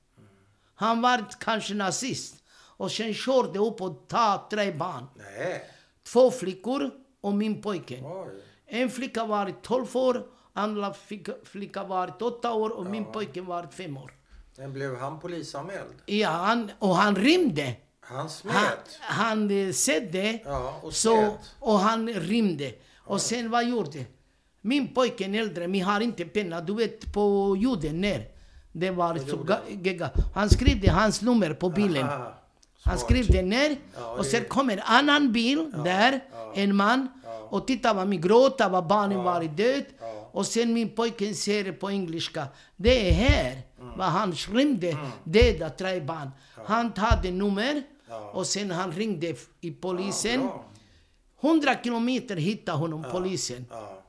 Han var kanske nazist. Och sen körde upp och ta tre barn. Nej. Två flickor och min pojke. Oj. En flicka var tolv år. Andra flicka var åtta år. Och ja. Min pojke var fem år. Men blev han polisanmäld? Ja, han, och han rymde. Han smet? Han, han sedde. Ja, och så, och han rymde. Ja. Och sen vad gjorde? Min pojke äldre, vi har inte penna. Du vet på jorden ner. Det var så giga. Han skrev hans nummer på bilen. Aha. Han skrev det ner. Ja, och sen kommer en annan bil ja, där. Ja. En man. Ja. Och titta vad min gråta, vad barnen ja. Var död. Ja. Och sen min pojke säger på engelska. Det är här. Mm. Vad han rymde. Mm. Döda tre barn. Ja. Han hade nummer. Ja. Och sen han ringde i polisen. Ja, hundra kilometer hittade honom ja. Polisen. Ja.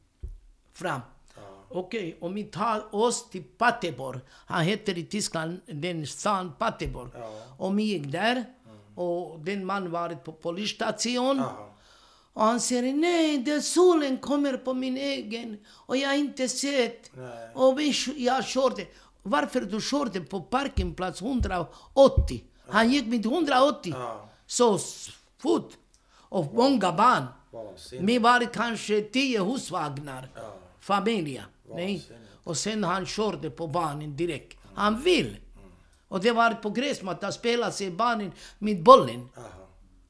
Fram. Ja. Okej, okay. Och vi tar oss till Pateborg. Han heter i Tyskland den stan Pateborg. Ja. Och vi gick där. Mm. Och den man var på polisstation. Ja. Och han säger, nej, det solen kommer på min egen. Och jag har inte sett. Nej. Och vi, jag körde. Varför du körde på parkingplats hundraåttio? Ja. Han gick med hundraåttio. Ja. Så fort. Och wow. Många barn. Vi var kanske tio husvagnar. Ja. Familjer. Nej. Och sen han körde på barnen direkt. Mm. Han vill. Mm. Och det var på gräsmattan spelade sig barnen med bollen. Aha.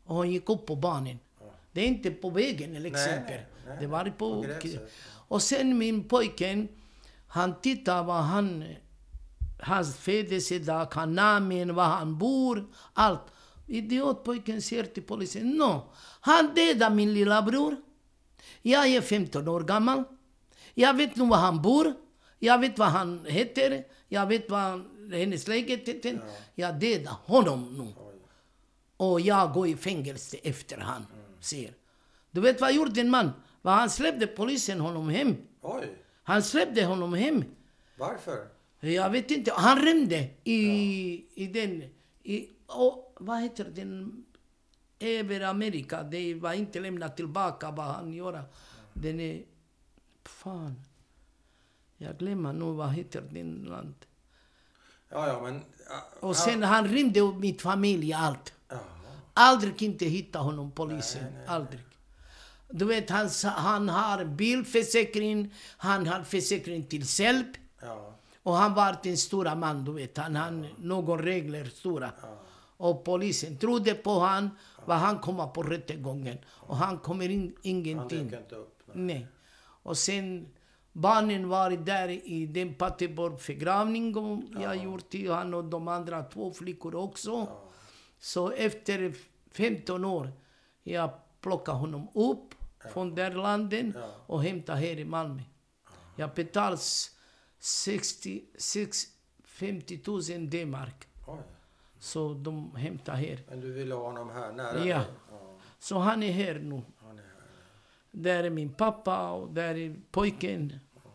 Och hon gick upp på banan. Ja. Det är inte på vägen eller exempel. Nej, nej, det var på... på gräset. Och sen min pojken, han tittade vad han... Hans födelsedag, hans namn, var han bor, allt. Idiotpojken säger till polisen, no, han dödade min lilla bror. Jag är femton år gammal. Jag vet nu var han bor. Jag vet vad han heter. Jag vet vad han, hennes läget heter. Ja. Jag dödade honom nu. Oj. Och jag går i fängelse efter han, mm. säger. Du vet vad gjorde en man? Vad han släppte polisen honom hem. Oj. Han släppte honom hem. Varför? Jag vet inte. Han rymde i, ja. i den... I, och, vad heter den? Över Amerika. Det var inte lämnat tillbaka vad han gjorde. Mm. Den är... Fan. Jag glömmer nu vad heter den land. Ja, ja, men... Uh, och sen uh, han rymde upp mitt familj, allt. Uh, Aldrig inte hitta honom, polisen. Nej, nej, Aldrig. Nej. Du vet, han, han har bilförsäkring. Han har försäkring till hjälp. Ja. Och han var en stora man, du vet. Han har ja. några regler stora. Ja. Och polisen trodde på han. Ja. Vad han kommer på rättegången. Ja. Och han kommer in, ingenting. Han dök inte upp. Nej. nej. Och sen barnen var där i den Pateborg förgravning. Ja. Jag gjort till han och de andra två flickor också. Ja. Så efter femton år jag plockade honom upp ja. från där landet ja. och hämtade här i Malmö. Ja. Jag betalade sextio, femtio tusen D-mark. Oj. Så de hämtar här. Men du vill ha honom här nära ja. dig? Ja. Så han är här nu. Han är här. Där är min pappa och där är pojken. Ja.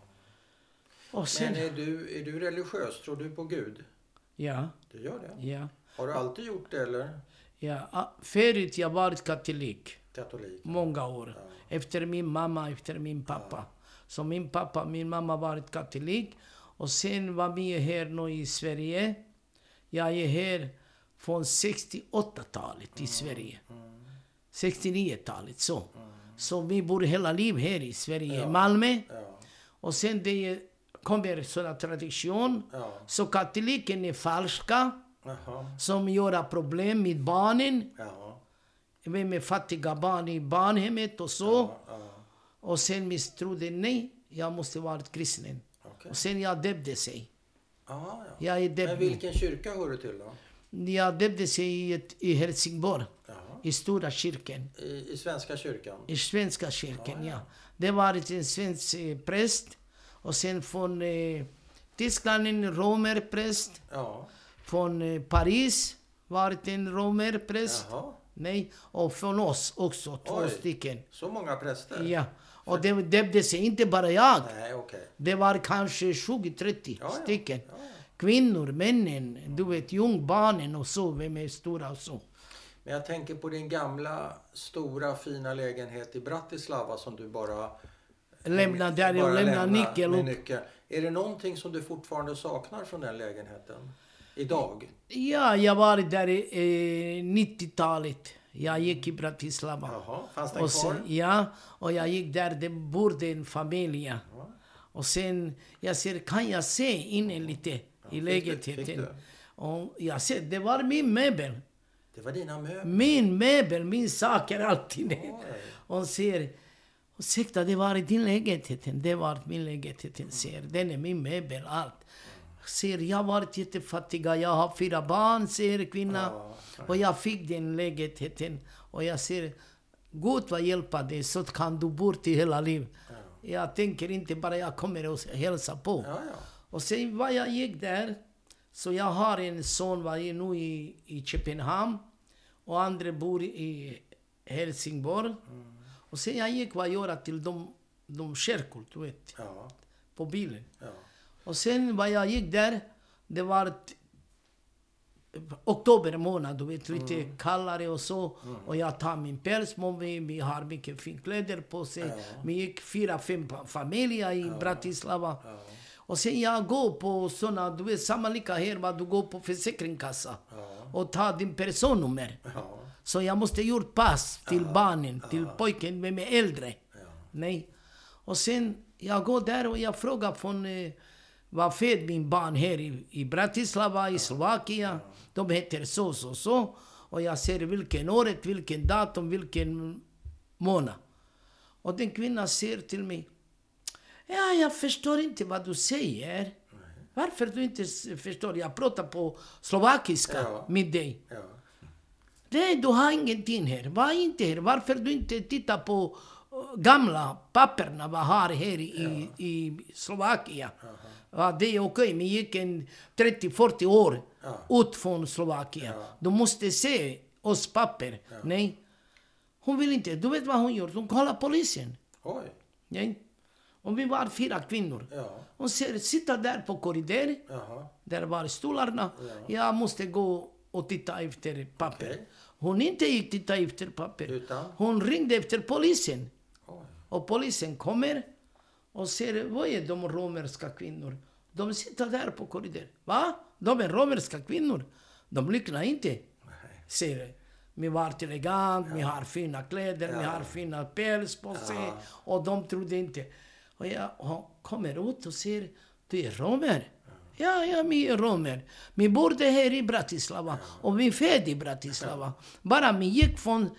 Och sen... Men är du, är du religiös? Tror du på Gud? Ja. Du gör det? Ja. Har du alltid gjort det eller? Ja. Förut jag varit katolik. Katolik? Många år. Ja. Efter min mamma, efter min pappa. Ja. Så min pappa, min mamma varit katolik. Och sen var vi här nu i Sverige. Jag är här från sextioåtta-talet i mm. Sverige. Mm. sextionio-talet så. Mm. Så vi bor hela livet här i Sverige, ja. Malmö. Ja. Och sen det kommer sådana tradition. Ja. Så katoliken är falska. Aha. Som gör problem med barnen. Ja. Med fattiga barn i barnhemmet och så. Ja. Ja. Och sen misstrodde nej, jag måste vara kristen. Okay. Och sen jag döpte sig. Aha, ja. Jag är Men vilken kyrka hör du till då? Jag döpte sig i, i Helsingborg. Aha. I stora kyrkan. I, I svenska kyrkan? I svenska kyrkan, ja. ja. Det var en svensk eh, präst. Och sen från eh, Tyskland en romerpräst. Ja. Från eh, Paris var det en romerpräst. Jaha. Nej, och från oss också, två Oj, stycken. Så många präster? Ja, och det döpte sig inte bara jag. Nej, okay. Det var kanske tjugo trettio ja, stycken. Ja, ja. Kvinnor, männen, du vet, jungbarnen och så, vem är stora och så. Men jag tänker på din gamla, stora, fina lägenhet i Bratislava som du bara... Lämna där, jag lämnar nyckel upp. Nyckel. Är det någonting som du fortfarande saknar från den lägenheten? Idag? Ja, jag var där i eh, nittiotalet. Jag gick i Bratislava. Jaha, fanns den och kvar? Sen, ja, och jag gick där, det bodde en familj. Ja. Och sen, jag ser, kan jag se in lite ja, i lägenheten? Och jag ser, det var min möbel. Det var dina möbler? Min möbel, min saker alltid. Och ser, ursäkta, det var din lägenhet. Det var min lägenhet, ser. Den är min möbel, allt. Ser, jag har varit jättefattiga, jag har fyra barn, säger kvinna. Ja, ja. Och jag fick den lägenheten. Och jag ser, Gud vad hjälpa dig, så kan du bo till hela livet. Ja. Jag tänker inte bara jag kommer och hälsa på. Ja, ja. Och sen vad jag gick där, så jag har en son var nu i, i Köpenhamn. Och andra bor i Helsingborg. Mm. Och sen jag gick vad göra till de, de kyrkor, du vet. Ja. På bilen. Ja. Och sen vad jag gick där, det var ett, oktober månad, du vet, lite mm. kallare och så. Mm. Och jag tar min päls med mig, vi har mycket fin kläder på sig. Ja. Vi gick fyra, fem familjer i ja. Bratislava. Ja. Och sen jag går på såna, du vet, samma lika här, vad du går på försäkringskassa. Ja. Och tar din personnummer. Ja. Så jag måste gjort pass till ja. barnen, till ja. pojken, vem är äldre. Ja. Nej. Och sen jag går där och jag frågar från... Eh, var född min barn här i, i Bratislava, i Slovakien. Ja. De heter så, så, så. Och jag ser vilken året, vilken datum, vilken månad. Och den kvinnan säger till mig, ja, jag förstår inte vad du säger. Nej. Varför du inte förstår? Jag pratar på slovakiska ja. med dig. Ja. Nej, du har ingenting här. Var inte här. Varför du inte tittar på gamla papperna vi har här i, ja. i Slovakien? Ja, det är okej, men gick en trettio fyrtio år ja. ut från Slovakien. Ja. Du måste se oss papper. Ja. Nej. Hon vill inte. Du vet vad hon gör? Hon kallar polisen. Oj. Nej. Och vi var fyra kvinnor. Ja. Hon ser, sitta där på korridoren. Där var stolarna. Ja. Jag måste gå och titta efter papper. Okay. Hon inte gick titta efter papper. Utan? Hon ringde efter polisen. Oj. Och polisen kommer och ser, vad är de romerska kvinnor? De sitter där på korridoren. Va? De är romerska kvinnor. De lycknar inte. Ser vi var elegant, ja. vi har fina kläder, ja. vi har fina päls på sig. Ja. Och de trodde inte. Och jag kommer ut och säger, du är romer? Ja, ja, vi är romer. Vi bodde här i Bratislava. Ja. Och vi är födda i Bratislava. Ja. Bara vi gick från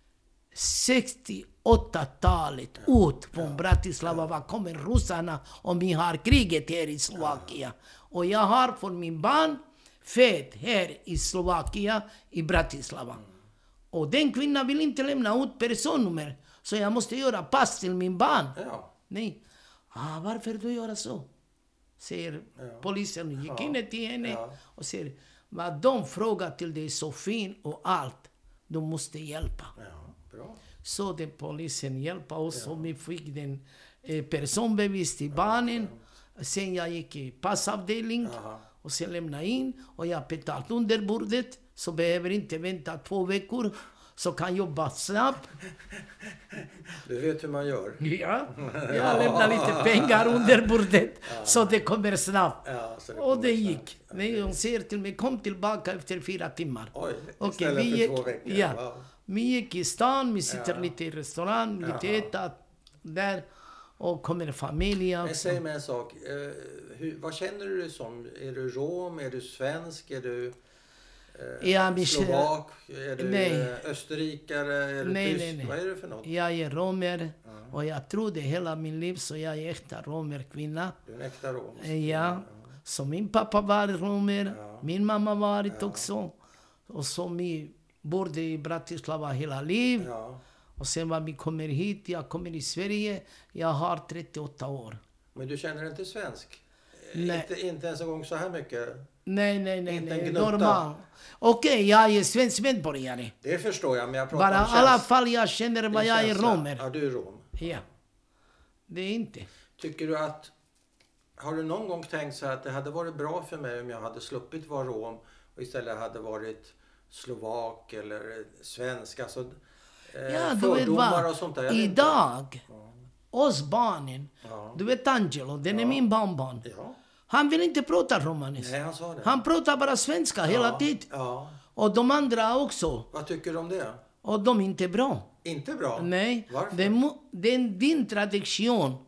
sextioåtta-talet ja. ut från ja. Bratislava. Var kommer russarna och vi har kriget här i Slovakien. Ja. Och jag har för min barn född här i Slovakien, i Bratislava. Mm. Och den kvinnan vill inte lämna ut personnummer. Så jag måste göra pass till min barn. Ja. Nej. Ah, varför du gör så? Säger ja. polisen. Gick in till henne ja. och säger, vad de frågar till dig så fin och allt. Du måste hjälpa. Ja. Bra. Så den polisen hjälpte oss ja. och vi fick den eh, personbevis till barnen. Ja. Sen jag gick i passavdelning ja. och sen lämnade in. Och jag betalt under bordet. Så behöver inte vänta två veckor. Så kan jobba snabbt. Du vet hur man gör. Ja, jag lämnar lite pengar under bordet. Ja. Så det kommer snabbt. Ja, det kommer och det gick. Ja, okay. Hon säger till mig, kom tillbaka efter fyra timmar. Oj, okay, vi för gick, två veckor. Ja, wow. Vi gick i stan, vi sitter ja. lite i restaurang, lite ja. äta där. Och kommer familjen. Men säg mig en sak. Uh, hur, vad känner du dig som? Är du rom? Är du svensk? Är du... Ja, Slovak, är du nej. österrikare, är du nej, tysk? Nej, nej. Vad är du för något? Jag är romer uh-huh. och jag trodde hela min liv så jag är äkta romerkvinna. Du är en äkta rom? Ja, uh-huh. Så min pappa var romer, uh-huh. min mamma var det uh-huh. också. Och så vi bodde i Bratislava hela liv. Uh-huh. Och sen när vi kommer hit, jag kommer i Sverige, jag har trettioåtta år. Men du känner dig inte svensk? Nej. Inte, inte ens en gång så här mycket? Nej, nej, nej, nej. Normal. Okej, okay, jag är svensk medborgare. Det förstår jag, men jag pratar bara om i alla fall jag känner vad jag är romer. Ja, du är rom. Ja. Det är inte. Tycker du att... Har du någon gång tänkt så att det hade varit bra för mig om jag hade sluppit vara rom och istället hade varit slovak eller svensk? Alltså, eh, ja, du fördomar vet vad? Och sånt där. Idag, ja. oss barnen, ja. du vet Angelo, den ja. är min barnbarn. Ja. Han vill inte prata romaniskt. Nej, han sa det. Han pratar bara svenska ja, hela tiden. Ja. Och de andra också. Vad tycker du om det? Och de är inte bra. Inte bra? Nej. Varför? Den, den, din tradition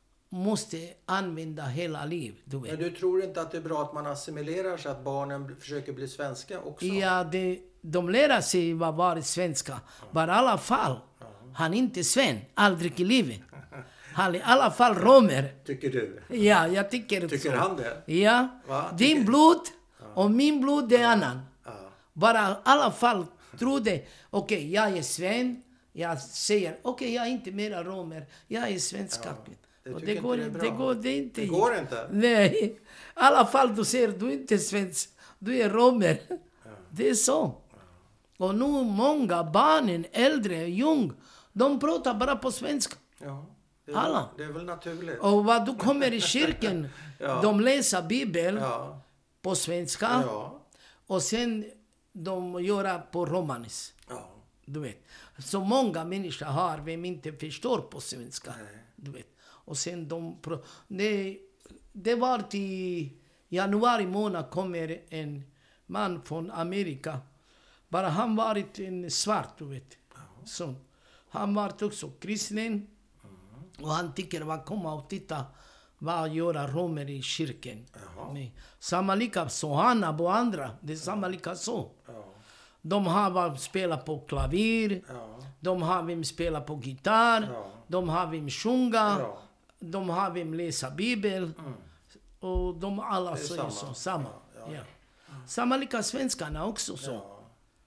måste använda hela livet. Du vet. Men du tror inte att det är bra att man assimilerar så att barnen försöker bli svenska också? Ja, det, de lär sig vad var svenska. Ja. Men i alla fall, ja. han är inte sven. Aldrig i livet. Han är i alla fall romer. Tycker du? Ja, jag tycker, tycker så. Tycker han det? Ja. Va? Din tycker... blod ja. och min blod är ja. annan. Ja. Bara i alla fall trodde, okej, okay, jag är sven. Jag säger, okej, okay, jag är inte mera romer. Jag är svenska. Ja. Det, och det, går, det, det går det inte. Det går inte? Nej. I alla fall du säger, du är inte svensk. Du är romer. Ja. Det är så. Ja. Och nu många barnen, äldre, jung, de pratar bara på svenska. Ja. Det är, alla. Det är väl naturligt. Och vad du kommer i kyrkan, ja. de läser Bibeln ja. på svenska. Ja. Och sen de gör på romanis. Ja. Du vet. Så många människor har vem inte förstår på svenska. Nej. Du vet. Och sen de... Det, det var till januari månad kommer en man från Amerika. Bara han varit en svart, du vet. Ja. Så, han var också kristen. Mm. Och han tycker man kommer och titta vad gör romer i kyrkan. Men samma lika så han och andra. Det är samma lika så. Ja. De har spelat på klaver. Ja. De har vem spela på gitarr. Ja. De har vem sjunga. Ja. De har vem läsa bibel. Mm. Och de alla Det är så samma. är så, samma. Ja, ja. Ja. Samma lika svenskarna också så. Ja.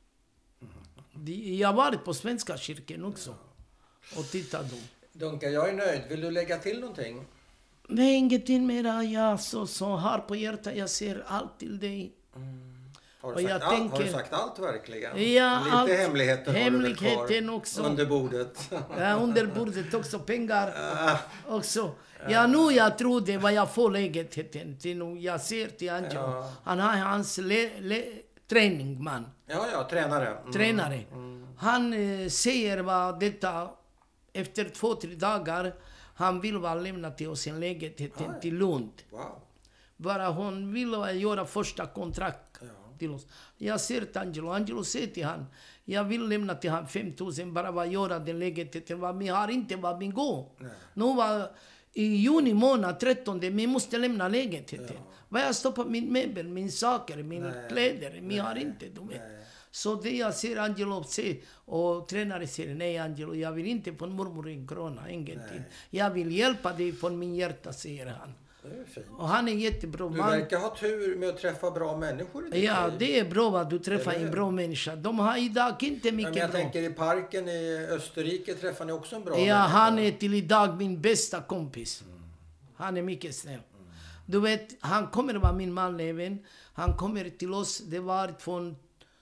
De, jag har varit på svenska kyrkan också. Och tittat då. Dunka, jag är nöjd. Vill du lägga till någonting? Nej, ingenting mera. Jag så, så har på hjärtat. Jag ser allt till dig. Mm. Har, Och du sagt jag allt, tänker- har du sagt allt verkligen? Ja, Lite allt. hemligheter Hemligheten har du väl kvar också. under bordet. Ja, under bordet också pengar. Ah, Också. Ja, nu jag tror det vad jag får lägenheten till nu. Jag ser till Angelo. Ja. Han har hans le, le, träningman. ja, ja, tränare. Mm. Tränare. Han eh, säger vad detta efter två, tre dagar. Han vill vara lämna till oss en lägenhet Ah, ja. till Lund. Wow. Bara hon vill göra första kontrakt Ja. till oss. Jag ser till Angelo. Angelo säger till han. Jag vill lämna till han fem tusen bara vad göra den lägenheten. Vad vi har inte vad vi går. Nej. Nu var i juni månad trettonde. Vi måste lämna lägenheten. Ja. Vad jag stoppar min möbel, min saker, mina Nej. kläder. Vi Nej. har inte. Du vet. Nej. Så det jag ser Angelo säger, och tränare säger nej Angelo, jag vill inte få mormor en krona, ingenting. Nej. Jag vill hjälpa dig från min hjärta, säger han. Det är fint. Och han är jättebra Du man. verkar ha tur med att träffa bra människor i ditt Ja, liv. det är bra att du träffar Eller en hur? bra människa. De har idag inte Ja, men mycket jag bra. tänker i parken i Österrike träffar ni också en bra Ja, människa. han är till idag min bästa kompis. Han är mycket snäll. Du vet, han kommer vara min man även. Han kommer till oss, det var från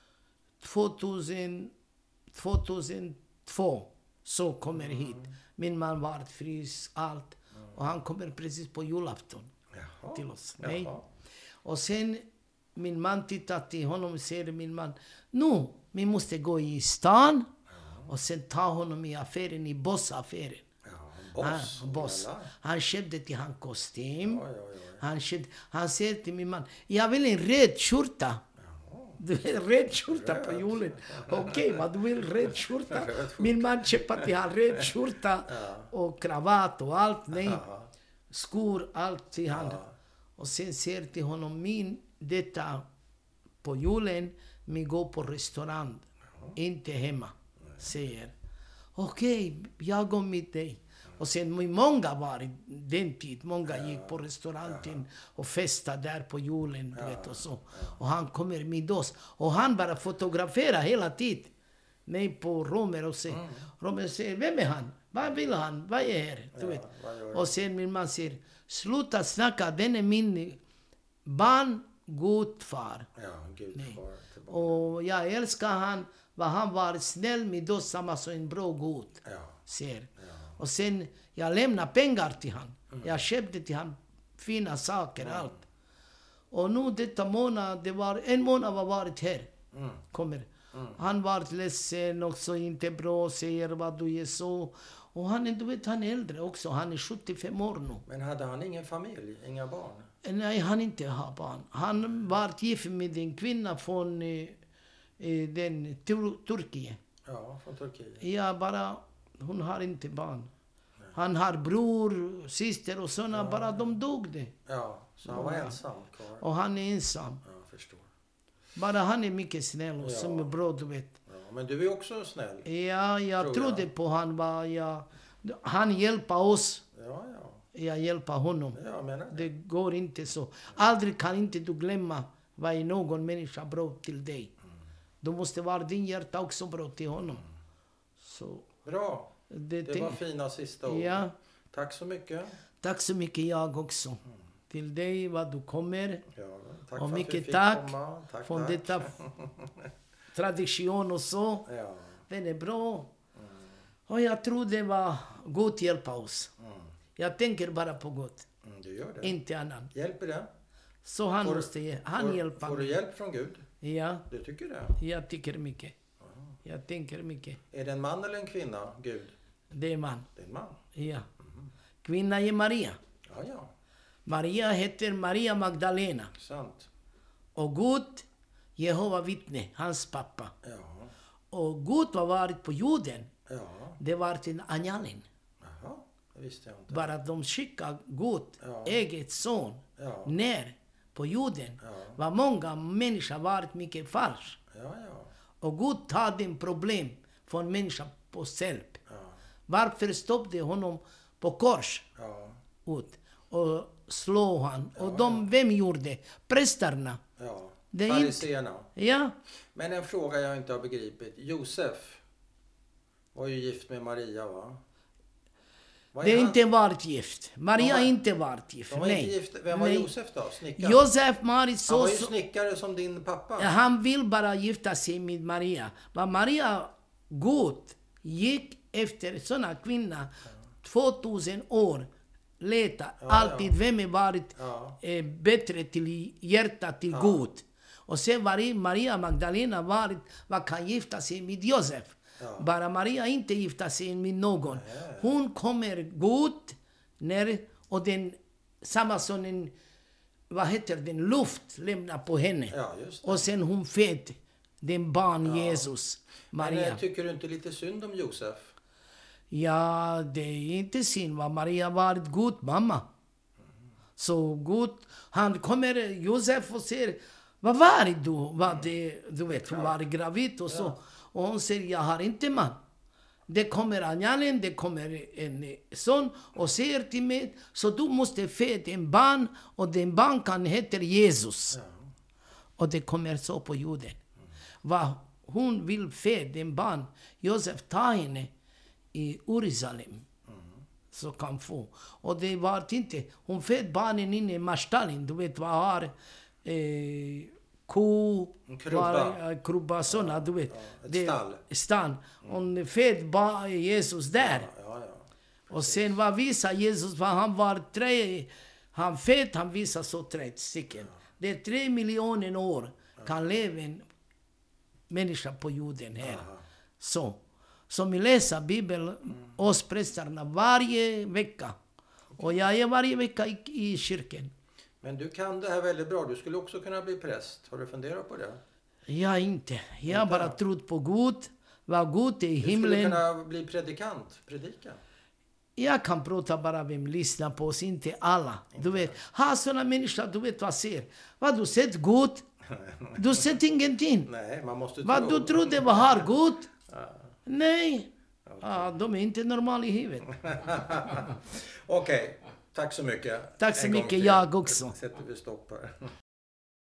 tvåtusen, tvåtusentvå. Så kommer hit. Min man var frisk, allt. Och han kommer precis på julafton Jaha. till oss. Nej. Jaha. Och sen min man tittar till honom och säger min man, nu, vi måste gå i stan och sen ta honom i affären, i Boss-affären. Ja, boss. Ah, boss. Jalla. Han köpte till han kostym. Ja, ja, ja. Han, köpte, han säger till min man, jag vill en röd skjorta. Du vill röd skjorta på Röd. julen. Okej, okay, vad du vill röd skjorta? Röd skjorta. Min man köpte till han röd skjorta och kravatt och allt. Nej. Ja. Skor, allt till han. Ja. Och sen säger till honom, min detta på julen, vi går på restaurang. Inte hemma. Säger. Okej, okay, jag går med dig. Och sen många var i den tid, många gick på restaurangen och festade där på julen, du vet, och så. Och han kommer med oss. Och han bara fotograferar hela tiden. Mig på Romer och säger, mm. Romer säger, vem är han? Vad vill han? Vad är här? Du Ja, vet. vad gör Och sen min man säger, sluta snacka, den är min barn, god far. Ja, Gud Nej. far tillbaka. Och jag älskar han, vad han var snäll med oss, samma som en bra god. Ja. Ser. Ja. Och sen, jag lämnar pengar till han. Jag köpte till han fina saker, allt. Och nu detta månad, det var en månad var varit här. Mm. Kommer. Han var ledsen också, inte bra, säger vad du är så. Och han är, du vet, han är äldre också. Han är sjuttiofem år nu. Men hade han ingen familj, inga barn? Nej, han inte har barn. Han var gift med en kvinna från eh, eh, den Tur Turkiet. Ja, från Turkiet. Ja, bara, hon har inte barn. Han har bror, syster och såna, bara de dog det. Ja, så han var Ja. ensam kvar. Och han är ensam. Ja, jag förstår. Bara han är mycket snäll och Ja. som är bra, du vet. Ja, men du är också snäll. Ja, jag Tror trodde jag. på han. Var jag, han hjälper oss, Ja, ja. jag hjälper honom. Ja, jag menar det. Det går inte så. Aldrig kan inte du glömma vad är någon människa bra till dig. Du måste vara din hjärta också bra till honom. Så Bra. det, Det var fina sista ord. Ja, Tack så mycket. tack så mycket jag också. Till dig, vad du kommer. Ja, tack Och för att vi mycket fick tack komma. Tack, från tack. detta tradition och så. Ja. Den är bra. Och jag tror det var Gud hjälpa oss. Mm. Jag tänker bara på Gud, Mm, du gör det. inte annan. Hjälper det? Så han Får- måste ge, han får, hjälper Får du mig. hjälp från Gud? Ja, Du tycker det? jag tycker mycket. Jag tänker mycket. Är det en man eller en kvinna, Gud? Det är man. Det är en man. Ja. Kvinna är Maria. Ja, ja. Maria heter Maria Magdalena. Sant. Och Gud, Jehova vittne, hans pappa. Ja. Och Gud var varit på jorden. Ja. Det var till anjalen. Jaha, det visste jag inte. Bara att de skickade Gud, Ja. eget son, Ja. ner på jorden. Ja. Var många människor varit mycket falskt. Ja, ja. Och Gud tar din problem från människan på själv. Ja. Varför stoppade honom på kors? Ja. Ut och slå han. Ja, och de, vem gjorde? Prästerna. Ja. Det är Fariséerna. Ja. Men en fråga jag inte har begripit. Josef var ju gift med Maria, va? Vad Det är han? inte varit gift. Maria har var- inte varit gift. De var Nej. inte gift. Vem var Nej. Josef då? Snickaren? Josef Marit Han så, var ju så snickare som din pappa. han vill bara gifta sig med Maria. Men Maria Gud gick efter såna kvinnor tvåtusen år. Leta Ja, alltid ja. vem har varit Ja. eh, bättre till hjärta till Ja. Gud. Och sen var Maria Magdalena varit, var kan gifta sig med Josef. Ja. Bara Maria inte gifta sig med någon. Nej. Hon kommer Gud ner och den, samma som en, vad heter den, luft lämnar på henne. Ja, just det. Och sen hon född den barn Jesus, Maria. Men eh, tycker du inte lite synd om Josef? Ja, det är inte synd vad Maria varit god mamma. Så god, han kommer, Josef och säger, vad var det du? Var det, du vet, hon var gravid och så. Ja. Och hon säger, jag har inte man. Det kommer anjalen, det kommer en son och säger till mig, så du måste föda en barn och den barn kan heta Jesus. Ja. Och det kommer så på jorden. Vad hon vill föda en barn, Josef tar henne i Jerusalem. Så kan få. Och det var inte, hon födde barnen inne i marstallen. Du vet vad har eh, ko, En krubba. var, eh, krubba såna, du vet. Ja, ett stall. Stall. Hon födde ba- Jesus där. Ja, ja. Och sen var visa Jesus, för han var tre, han född, han visade så tre stycken. Det är tre miljoner år kan leva en människa på jorden här. Aha. Så. Som vi läser Bibeln, oss prästerna, varje vecka. Och jag är varje vecka i, i kyrkan. Men du kan det här väldigt bra. Du skulle också kunna bli präst. Har du funderat på det? Jag inte. Jag har Inte? bara trott på Gud, vad Gud är i Du skulle himlen. kunna bli predikant, predika. Jag kan prata bara vem lyssnar på oss, inte alla. Du vet, ha såna människor, du vet vad ser. Vad du sett Gud? Du sett ingenting. Nej, man måste Vad tro. du trodde var har Gud? Ja. Nej. Ah, de är inte normala i huvudet. Okej, tack så mycket. Tack så En gång mycket, till. jag också. Sätter vi stopp här.